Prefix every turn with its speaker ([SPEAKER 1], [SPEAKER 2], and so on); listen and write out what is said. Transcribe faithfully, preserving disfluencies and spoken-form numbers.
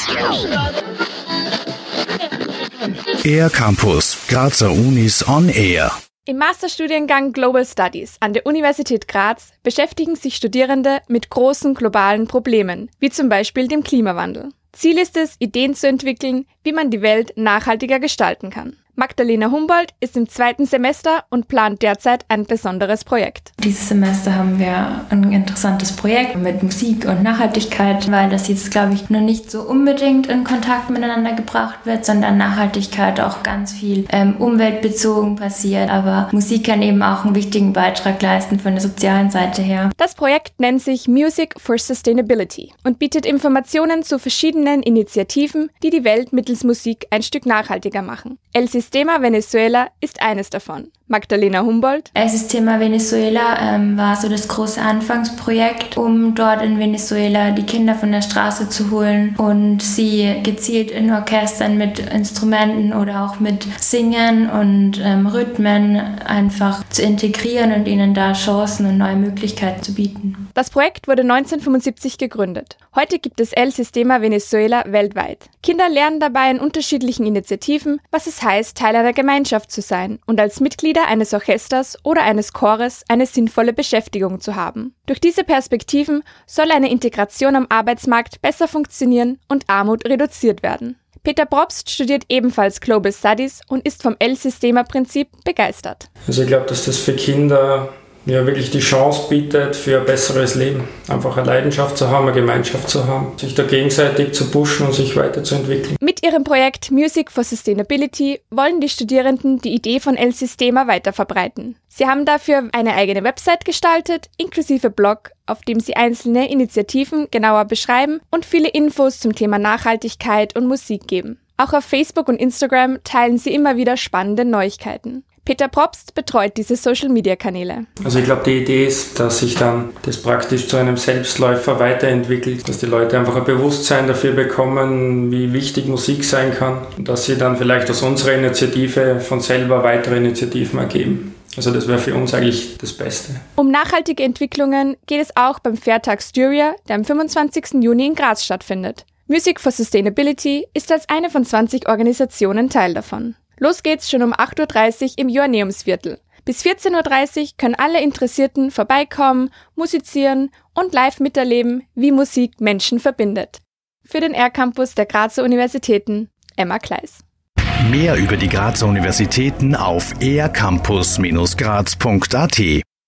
[SPEAKER 1] Air Campus, Grazer Unis on Air.
[SPEAKER 2] Im Masterstudiengang Global Studies an der Universität Graz beschäftigen sich Studierende mit großen globalen Problemen, wie zum Beispiel dem Klimawandel. Ziel ist es, Ideen zu entwickeln, wie man die Welt nachhaltiger gestalten kann. Magdalena Humboldt ist im zweiten Semester und plant derzeit ein besonderes Projekt.
[SPEAKER 3] Dieses Semester haben wir ein interessantes Projekt mit Musik und Nachhaltigkeit, weil das jetzt, glaube ich, noch nicht so unbedingt in Kontakt miteinander gebracht wird, sondern Nachhaltigkeit auch ganz viel ähm, umweltbezogen passiert. Aber Musik kann eben auch einen wichtigen Beitrag leisten von der sozialen Seite her.
[SPEAKER 2] Das Projekt nennt sich Music for Sustainability und bietet Informationen zu verschiedenen Initiativen, die die Welt mittels Musik ein Stück nachhaltiger machen. El Sistema Venezuela ist eines davon. Magdalena Humboldt.
[SPEAKER 3] El Sistema Venezuela ähm, war so das große Anfangsprojekt, um dort in Venezuela die Kinder von der Straße zu holen und sie gezielt in Orchestern mit Instrumenten oder auch mit Singen und ähm, Rhythmen einfach zu integrieren und ihnen da Chancen und neue Möglichkeiten zu bieten.
[SPEAKER 2] Das Projekt wurde neunzehnhundertfünfundsiebzig gegründet. Heute gibt es El Sistema Venezuela weltweit. Kinder lernen dabei in unterschiedlichen Initiativen, was es heißt, Teil einer Gemeinschaft zu sein und als Mitglieder eines Orchesters oder eines Chores eine sinnvolle Beschäftigung zu haben. Durch diese Perspektiven soll eine Integration am Arbeitsmarkt besser funktionieren und Armut reduziert werden. Peter Probst studiert ebenfalls Global Studies und ist vom El Sistema-Prinzip begeistert.
[SPEAKER 4] Also ich glaube, dass das für Kinder ja wirklich die Chance bietet für ein besseres Leben. Einfach eine Leidenschaft zu haben, eine Gemeinschaft zu haben, sich da gegenseitig zu pushen und sich weiterzuentwickeln.
[SPEAKER 2] Mit ihrem Projekt Music for Sustainability wollen die Studierenden die Idee von El Sistema weiterverbreiten. Sie haben dafür eine eigene Website gestaltet, inklusive Blog, auf dem sie einzelne Initiativen genauer beschreiben und viele Infos zum Thema Nachhaltigkeit und Musik geben. Auch auf Facebook und Instagram teilen sie immer wieder spannende Neuigkeiten. Peter Probst betreut diese Social-Media-Kanäle.
[SPEAKER 4] Also ich glaube, die Idee ist, dass sich dann das praktisch zu einem Selbstläufer weiterentwickelt, dass die Leute einfach ein Bewusstsein dafür bekommen, wie wichtig Musik sein kann und dass sie dann vielleicht aus unserer Initiative von selber weitere Initiativen ergeben. Also das wäre für uns eigentlich das Beste.
[SPEAKER 2] Um nachhaltige Entwicklungen geht es auch beim Fairtag Styria, der am fünfundzwanzigsten Juni in Graz stattfindet. Music for Sustainability ist als eine von zwanzig Organisationen Teil davon. Los geht's schon um acht Uhr dreißig im Joanneumsviertel. Bis vierzehn Uhr dreißig können alle Interessierten vorbeikommen, musizieren und live miterleben, wie Musik Menschen verbindet. Für den Air Campus der Grazer Universitäten, Emma Kleis.
[SPEAKER 1] Mehr über die Grazer Universitäten auf air campus Bindestrich graz Punkt a t.